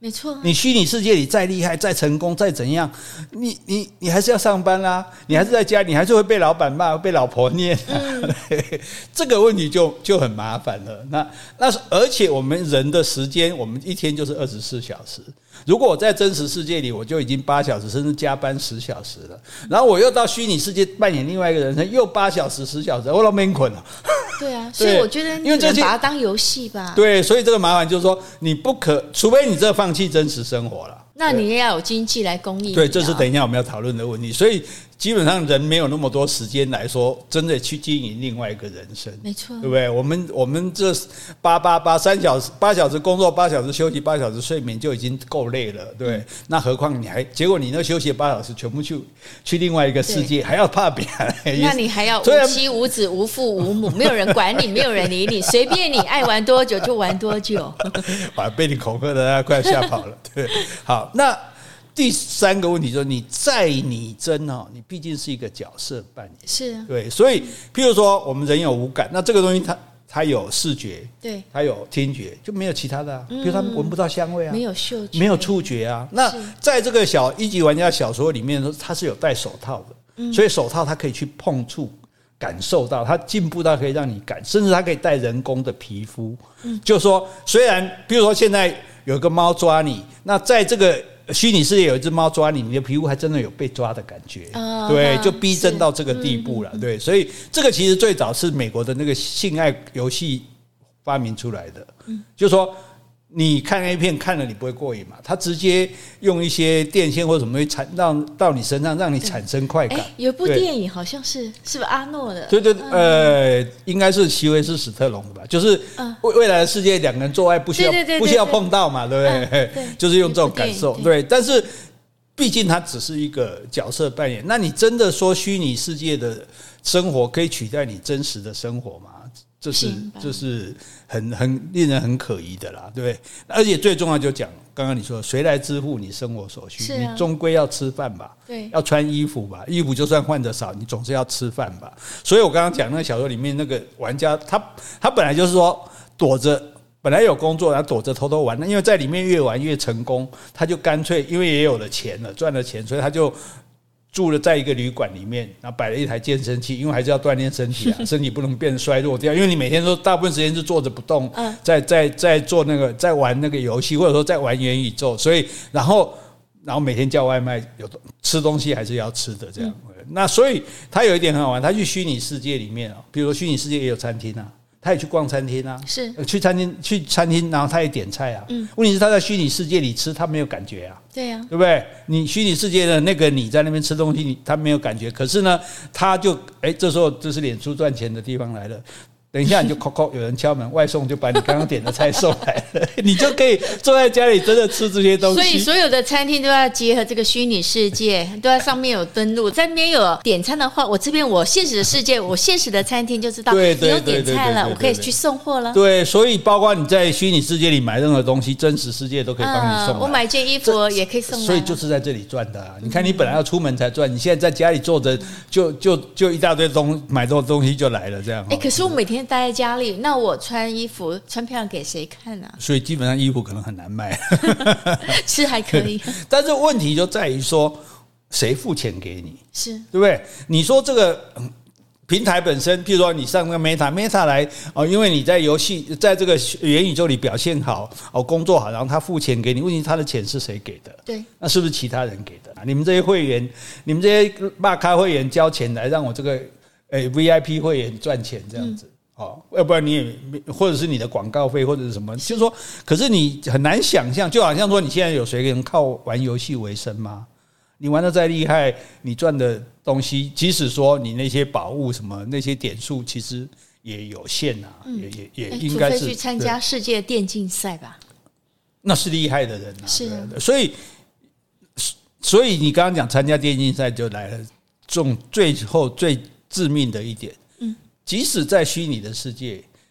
B: 没错，
A: 你虚拟世界里再厉害、再成功、再怎样，你还是要上班啦，你还是在家，你还是会被老板骂、被老婆念、这个问题就很麻烦了。那而且我们人的时间，我们一天就是24小时。如果我在真实世界里，我就已经8小时，甚至加班10小时了，然后我又到虚拟世界扮演另外一个人生，又8小时、10小时，我都没困了。
B: 对啊，所以我觉得你只能把它当游戏吧。
A: 对，所以这个麻烦就是说，你不可，除非你这放弃真实生活了，
B: 那你也要有经济来供应。
A: 对，这是等一下我们要讨论的问题。所以基本上人没有那么多时间来说，真的去经营另外一个人生，
B: 没错，
A: 对不对？我们这8小时工作，8小时休息，8小时睡眠就已经够累了，对不对？那何况结果你那休息8小时全部去另外一个世界，还要怕别人，
B: 那你还要无妻无子无父无母，没有人管你，没有人理你，随便你爱玩多久就玩多久。
A: 被你恐吓的快吓跑了。对，好，那第3个问题就是你在拟真哦，你毕竟是一个角色扮演，
B: 是啊，
A: 对，所以譬如说我们人有五感，那这个东西它有视觉，
B: 对，
A: 它有听觉，就没有其他的啊。比如它闻不到香味啊，
B: 没有嗅觉，
A: 没有触觉啊。那在这个一级玩家小说里面，它是有戴手套的，所以手套它可以去碰触。感受到它进步到可以让你甚至它可以带人工的皮肤，就是说，虽然比如说现在有个猫抓你，那在这个虚拟世界有一只猫抓你，你的皮肤还真的有被抓的感觉，对，就逼真到这个地步了，对，所以这个其实最早是美国的那个性爱游戏发明出来的，就是说。你看 A 片看了你不会过瘾嘛？他直接用一些电线或者什么东西让到你身上，让你产生快感。
B: 有部电影好像是不是阿诺的？
A: 对，应该是席维斯·史特龙的吧？就是未来的世界，两个人做爱不需要碰到嘛，对不对？就是用这种感受。对，但是毕竟它只是一个角色扮演。那你真的说虚拟世界的生活可以取代你真实的生活吗？这是很令人很可疑的啦，对不对？而且最重要就讲刚刚你说，谁来支付你生活所需？你终归要吃饭吧，
B: 对，
A: 要穿衣服吧，衣服就算换得少，你总是要吃饭吧。所以我刚刚讲那个小说里面那个玩家，他本来就是说躲着，本来有工作，然后躲着偷偷玩，因为在里面越玩越成功，他就干脆因为也有了钱了，赚了钱，所以他就。住了在一个旅馆里面，然后摆了一台健身器，因为还是要锻炼身体啊，身体不能变衰弱掉。因为你每天都大部分时间是坐着不动，在做那个在玩那个游戏，或者说在玩元宇宙，所以然后每天叫外卖，吃东西还是要吃的这样。那所以他有一点很好玩，他去虚拟世界里面比如说虚拟世界也有餐厅啊。他也去逛餐厅啊，
B: 是
A: 去餐厅，然后他也点菜啊。问题是他在虚拟世界里吃，他没有感觉啊。
B: 对呀，
A: 对不对？你虚拟世界的那个你在那边吃东西，他没有感觉。可是呢，他就这时候这是脸书赚钱的地方来了。等一下你就有人敲门，外送就把你刚刚点的菜送来了，你就可以坐在家里真的吃这些东西。
B: 所以所有的餐厅都要结合这个虚拟世界，都在上面有登录，在那边有点餐的话，我这边我现实的世界，我现实的餐厅就知道你有点菜了，我可以去送货了。
A: 对，所以包括你在虚拟世界里买任何东西，真实世界都可以帮你送来。
B: 我买件衣服也可以送来。
A: 所以就是在这里赚的啊！你看，你本来要出门才赚，你现在在家里坐着，就一大堆买多东西就来了，这样。
B: 可是我每天待在家里。那我穿衣服穿漂亮给谁看啊？
A: 所以基本上衣服可能很难卖，
B: 吃还可以。
A: 但是问题就在于说，谁付钱给你？
B: 是
A: 对不对？你说这个平台本身，譬如说你上那个 Meta 来因为你在游戏在这个元宇宙里表现好工作好，然后他付钱给你，问题他的钱是谁给的？
B: 对，
A: 那是不是其他人给的？你们这些会员，你们这些骂咖会员交钱来让我这个VIP 会员赚钱这样子。要不然你也或者是你的广告费或者是什么，就是说，可是你很难想象，就好像说你现在有谁能靠玩游戏为生吗？你玩得再厉害，你赚的东西，即使说你那些宝物什么那些点数，其实也有限啊，也应该是
B: 除非去参加世界电竞赛吧，
A: 那是厉害的人啊，
B: 是啊，
A: 所以你刚刚讲参加电竞赛就来了，最后最致命的一点。即使在虚拟的世界，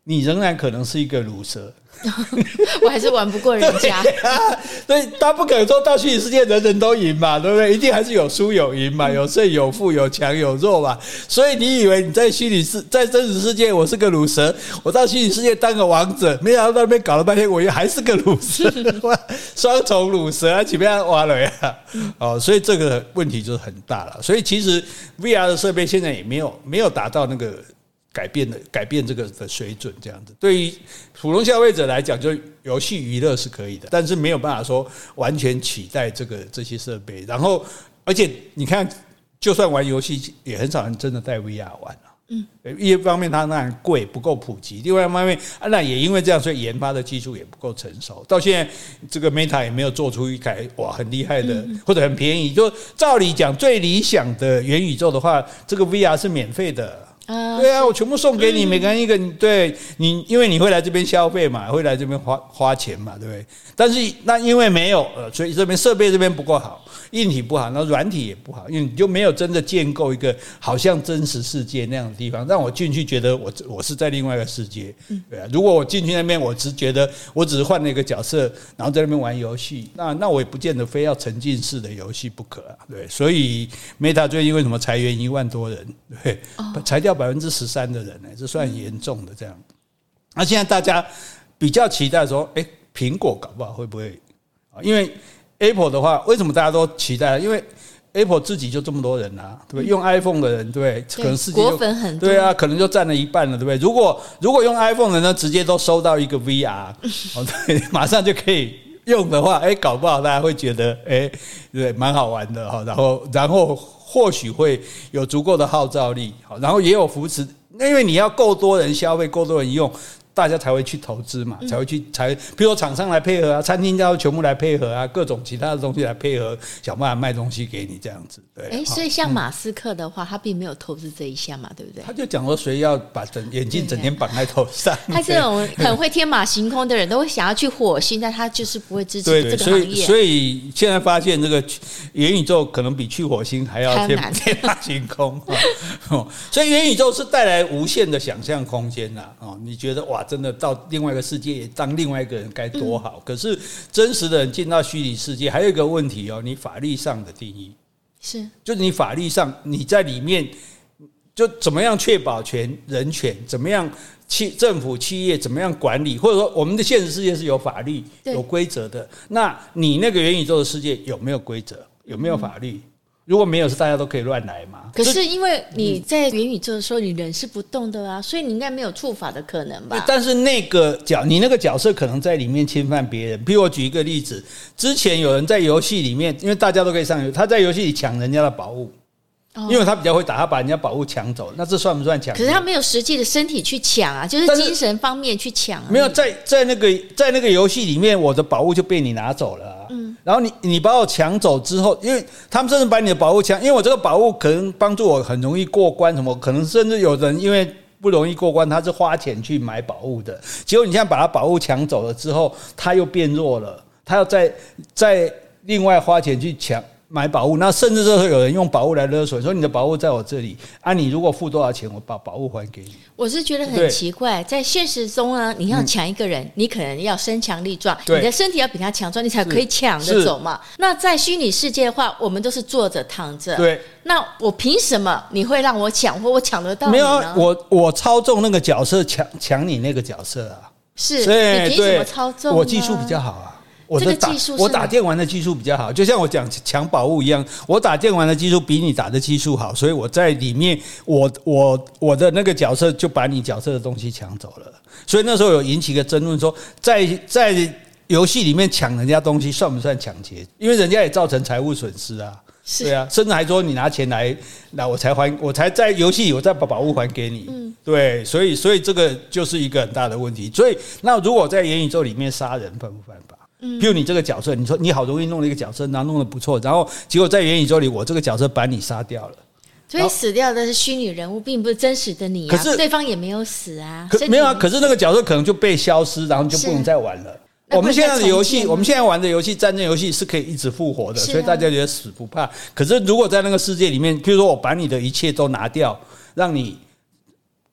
A: 你仍然可能是一个鲁蛇。
B: 我还是玩不过人家。
A: 所以他不可能说到虚拟世界人人都赢嘛，对不对？一定还是有输有赢嘛，有胜有负，有强有弱嘛。所以你以为你在在真实世界我是个鲁蛇，我到虚拟世界当个王者，没想到那边搞了半天我还是个鲁蛇，双重鲁蛇啊，前面挖了呀。所以这个问题就是很大了。所以其实 VR 的设备现在也没有达到那个改变这个的水准，这样子对于普通消费者来讲，就游戏娱乐是可以的，但是没有办法说完全取代这些设备。然后，而且你看，就算玩游戏，也很少人真的带 VR 玩了。一方面它当然贵，不够普及；另外一方面，那也因为这样，所以研发的技术也不够成熟。到现在，这个 Meta 也没有做出一台很厉害的，或者很便宜。就照理讲，最理想的元宇宙的话，这个 VR 是免费的。对啊，我全部送给你，每个人一个。对你，因为你会来这边消费嘛，会来这边花钱嘛，对不对？但是那因为没有，所以这边设备这边不够好，硬体不好，那软体也不好，因为你就没有真的建构一个好像真实世界那样的地方，让我进去觉得我是在另外一个世界。对啊，如果我进去那边，我只觉得我只是换了一个角色，然后在那边玩游戏，那我也不见得非要沉浸式的游戏不可啊。对，所以 Meta 最近为什么裁员1万多人？对，裁掉13%的人，这算很严重的这样。那现在大家比较期待说，苹果搞不好会不会？因为 Apple 的话，为什么大家都期待？因为 Apple 自己就这么多人啊，对不对？用 iPhone 的人，对，可能世界
B: 果粉很多，
A: 对啊，可能就占了一半了，对不对？如果用 iPhone 的人呢，直接都收到一个 VR， 对，马上就可以用的话，搞不好大家会觉得，对，蛮好玩的哈。然后或许会有足够的号召力，然后也有扶持，因为你要够多人消费，够多人用，大家才会去投资嘛，才比如说厂商来配合啊，餐厅要全部来配合啊，各种其他的东西来配合，想办法卖东西给你这样子。对，
B: 所以像马斯克的话，他并没有投资这一项嘛，对不对？
A: 他就讲说，谁要把眼镜整天绑在头上？
B: 他这种很会天马行空的人，都会想要去火星，但他就是不会支持这个行业。
A: 所以现在发现这个元宇宙可能比去火星还要天马行空。所以元宇宙是带来无限的想象空间呐。你觉得哇，真的到另外一个世界当另外一个人该多好？可是真实的人进到虚拟世界，还有一个问题你法律上的定义就是你法律上你在里面就怎么样确保人权，怎么样政府企业怎么样管理，或者说我们的现实世界是有法律有规则的，那你那个元宇宙的世界有没有规则，有没有法律？如果没有，是大家都可以乱来嘛？
B: 可是因为你在元宇宙的时候，你人是不动的啊，所以你应该没有触法的可能吧？但是你
A: 那个角色可能在里面侵犯别人。比如我举一个例子，之前有人在游戏里面，因为大家都可以上游戏，他在游戏里抢人家的宝物。因为他比较会打，他把人家宝物抢走，那这算不算抢？
B: 可是他没有实际的身体去抢啊，就是精神方面去抢。
A: 没有在那个游戏里面，我的宝物就被你拿走了啊。然后你把我抢走之后，因为他们甚至把你的宝物抢，因为我这个宝物可能帮助我很容易过关，什么可能甚至有人因为不容易过关，他是花钱去买宝物的，结果你现在把他宝物抢走了之后，他又变弱了，他要再另外花钱去买宝物，那甚至是有人用宝物来勒索，说你的宝物在我这里啊，你如果付多少钱，我把宝物还给你。
B: 我是觉得很奇怪，在现实中呢，你要抢一个人，你可能要身强力壮，你的身体要比他强壮，你才可以抢得走嘛。那在虚拟世界的话，我们都是坐着躺着，
A: 对。
B: 那我凭什么你会让我抢，或我抢得到你呢？
A: 没有，我操纵那个角色抢你那个角色啊，
B: 是你凭什么操纵呢？
A: 我技术比较好啊。我打电玩的技术比较好，就像我讲抢宝物一样，我打电玩的技术比你打的技术好，所以我在里面，我的那个角色就把你角色的东西抢走了。所以那时候有引起一个争论，说在游戏里面抢人家东西算不算抢劫？因为人家也造成财务损失啊。对啊，甚至还说你拿钱来我才在游戏里我再把宝物还给你。对，所以这个就是一个很大的问题。所以那如果在元宇宙里面杀人犯不犯法？譬如你这个角色，你说你好容易弄了一个角色，然后弄得不错，然后结果在元宇宙里，我这个角色把你杀掉了，
B: 所以死掉的是虚拟人物，并不是真实的你啊。可是对方也没有死啊，
A: 没有啊。可是那个角色可能就被消失，然后就不能再玩了。我们现在的游戏，我们现在玩的游戏，战争游戏是可以一直复活的，所以大家觉得死不怕。可是如果在那个世界里面，譬如说我把你的一切都拿掉，让你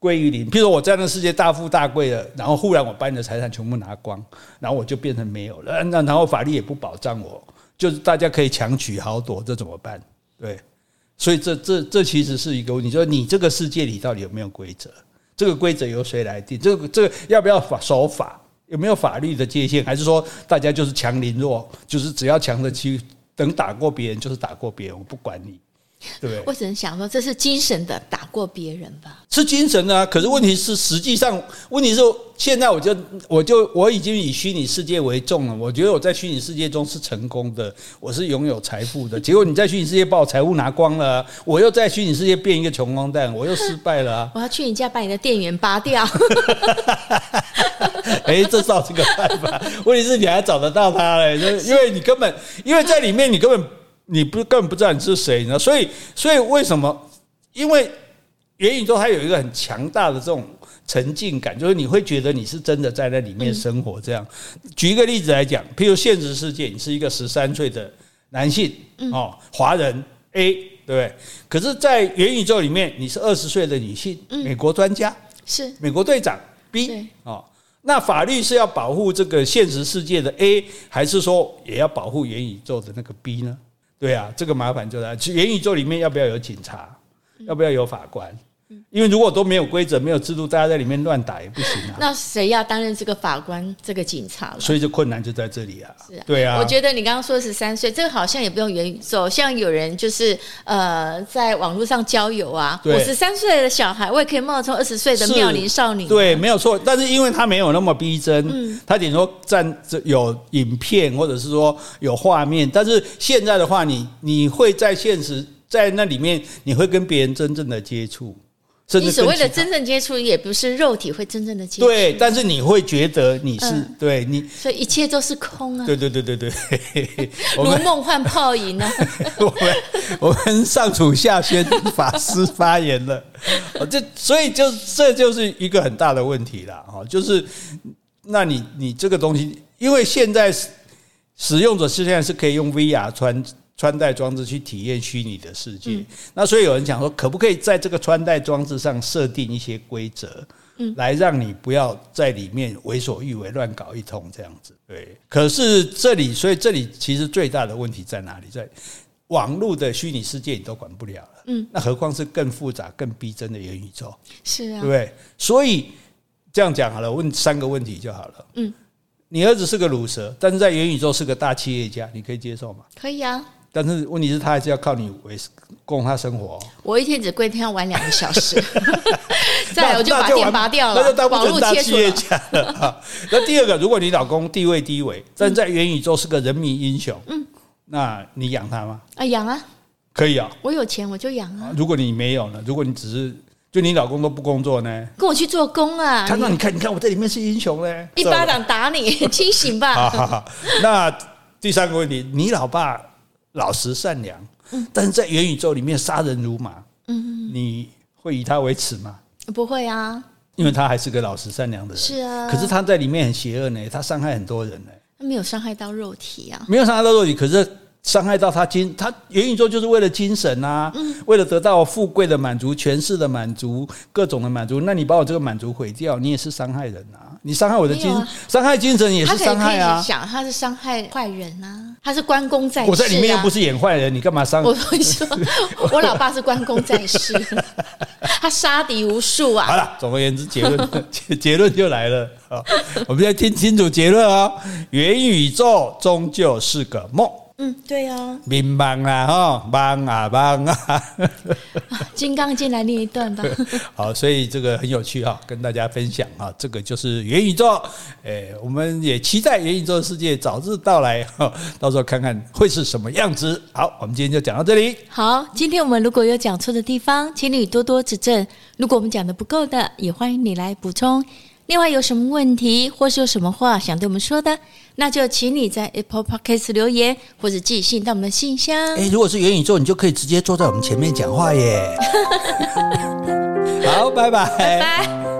A: 归于零。譬如我在那个世界大富大贵了，然后忽然我把你的财产全部拿光，然后我就变成没有了，然后法律也不保障我，就是大家可以强取豪夺，这怎么办？对，所以这其实是一个问题，就是你这个世界里到底有没有规则？这个规则由谁来定？这个要不要守法？有没有法律的界限？还是说大家就是强凌弱，就是只要强的去等打过别人就是打过别人，我不管你，对不对？
B: 我只能想说，这是精神的打过别人吧？
A: 是精神的啊，可是问题是，实际上问题是，现在我已经以虚拟世界为重了。我觉得我在虚拟世界中是成功的，我是拥有财富的。结果你在虚拟世界把我财物拿光了啊，我又在虚拟世界变一个穷光蛋，我又失败了啊！
B: 我要去你家把你的电源拔掉。
A: 这倒是个办法。问题是你还找得到他嘞，因为你根本因为在里面你根本不知道你是谁呢，所以为什么？因为元宇宙它有一个很强大的这种沉浸感，就是你会觉得你是真的在那里面生活。这样，举一个例子来讲，譬如现实世界，你是一个13岁的男性，华人 A， 对不对？可是，在元宇宙里面，你是20岁的女性，美国专家，
B: 是
A: 美国队长 B， 那法律是要保护这个现实世界的 A， 还是说也要保护元宇宙的那个 B 呢？对啊，这个麻烦就在元宇宙里面要不要有警察，要不要有法官？因为如果都没有规则、没有制度，大家在里面乱打也不行啊。
B: 那谁要担任这个法官、这个警察了？
A: 所以就困难就在这里啊。
B: 是啊，
A: 对啊。
B: 我觉得你刚刚说13岁，这个好像也不用元宇宙，像有人就是在网络上交友啊，我13岁的小孩，我也可以冒充20岁的妙龄少女。
A: 对，没有错。但是因为他没有那么逼真，他顶多有影片或者是说有画面，但是现在的话，你会在现实在那里面，你会跟别人真正的接触。
B: 你所谓的真正接触，也不是肉体会真正的接触，
A: 对，但是你会觉得你是、对你，
B: 所以一切都是空啊！
A: 对，
B: 如梦幻泡影啊！
A: 我们上楚下宣法师发言了，所以这就是一个很大的问题啦，就是那你这个东西，因为现在使用者现在是可以用 VR 穿戴装置去体验虚拟的世界，那所以有人讲说，可不可以在这个穿戴装置上设定一些规则，来让你不要在里面为所欲为、乱搞一通这样子？对。可是所以这里其实最大的问题在哪里？在网络的虚拟世界你都管不了了，那何况是更复杂、更逼真的元宇宙？
B: 是啊，
A: 对不对？所以这样讲好了，问3个问题就好了。你儿子是个鲁蛇，但是在元宇宙是个大企业家，你可以接受吗？
B: 可以啊。
A: 但是问题是他还是要靠你供他生活。
B: 我一天只归天玩2个小时，再来我就把电拔掉了，
A: 那就当不
B: 网
A: 成大
B: 络切除
A: 企业家了。那第二个，如果你老公地位低微，但在元宇宙是个人民英雄，那你养他吗？
B: 养啊，
A: 可以啊。
B: 我有钱我就养啊。
A: 如果你没有呢？如果你只是就你老公都不工作呢？
B: 跟我去做工啊！
A: 他说：“你看我在里面是英雄呢，
B: 一巴掌打你，清醒吧。”
A: 好。那第3个问题，你老爸老实善良，但是在元宇宙里面杀人如麻，你会以他为耻吗？
B: 不会啊，因
A: 为他还是个老实善良的人。
B: 是啊，
A: 可是他在里面很邪恶呢，他伤害很多人呢。
B: 他没有伤害到肉体啊，
A: 没有伤害到肉体，可是伤害到他元宇宙就是为了精神啊，为了得到富贵的满足、权势的满足、各种的满足。那你把我这个满足毁掉，你也是伤害人啊！你伤害我的伤害精神也是伤害啊！
B: 他可以想他是伤害坏人啊，他是关公在世啊。
A: 我在里面又不是演坏人，你干嘛伤？
B: 我跟你说，我老爸是关公在世，他杀敌无数啊！
A: 好了，总而言之，结论就来了啊！我们要听清楚结论啊！元宇宙终究是个梦。
B: 对啊，
A: 明梦啦，梦啊梦啊！
B: 金刚经来念一段吧。
A: 好，所以这个很有趣哈，跟大家分享哈，这个就是元宇宙。我们也期待元宇宙世界早日到来，到时候看看会是什么样子。好，我们今天就讲到这里。
B: 好，今天我们如果有讲错的地方，请你多多指正。如果我们讲的不够的，也欢迎你来补充。另外有什么问题或是有什么话想对我们说的，那就请你在 Apple Podcast 留言或者寄信到我们的信箱。
A: 如果是元宇宙，你就可以直接坐在我们前面讲话耶。好，拜拜。
B: 拜拜。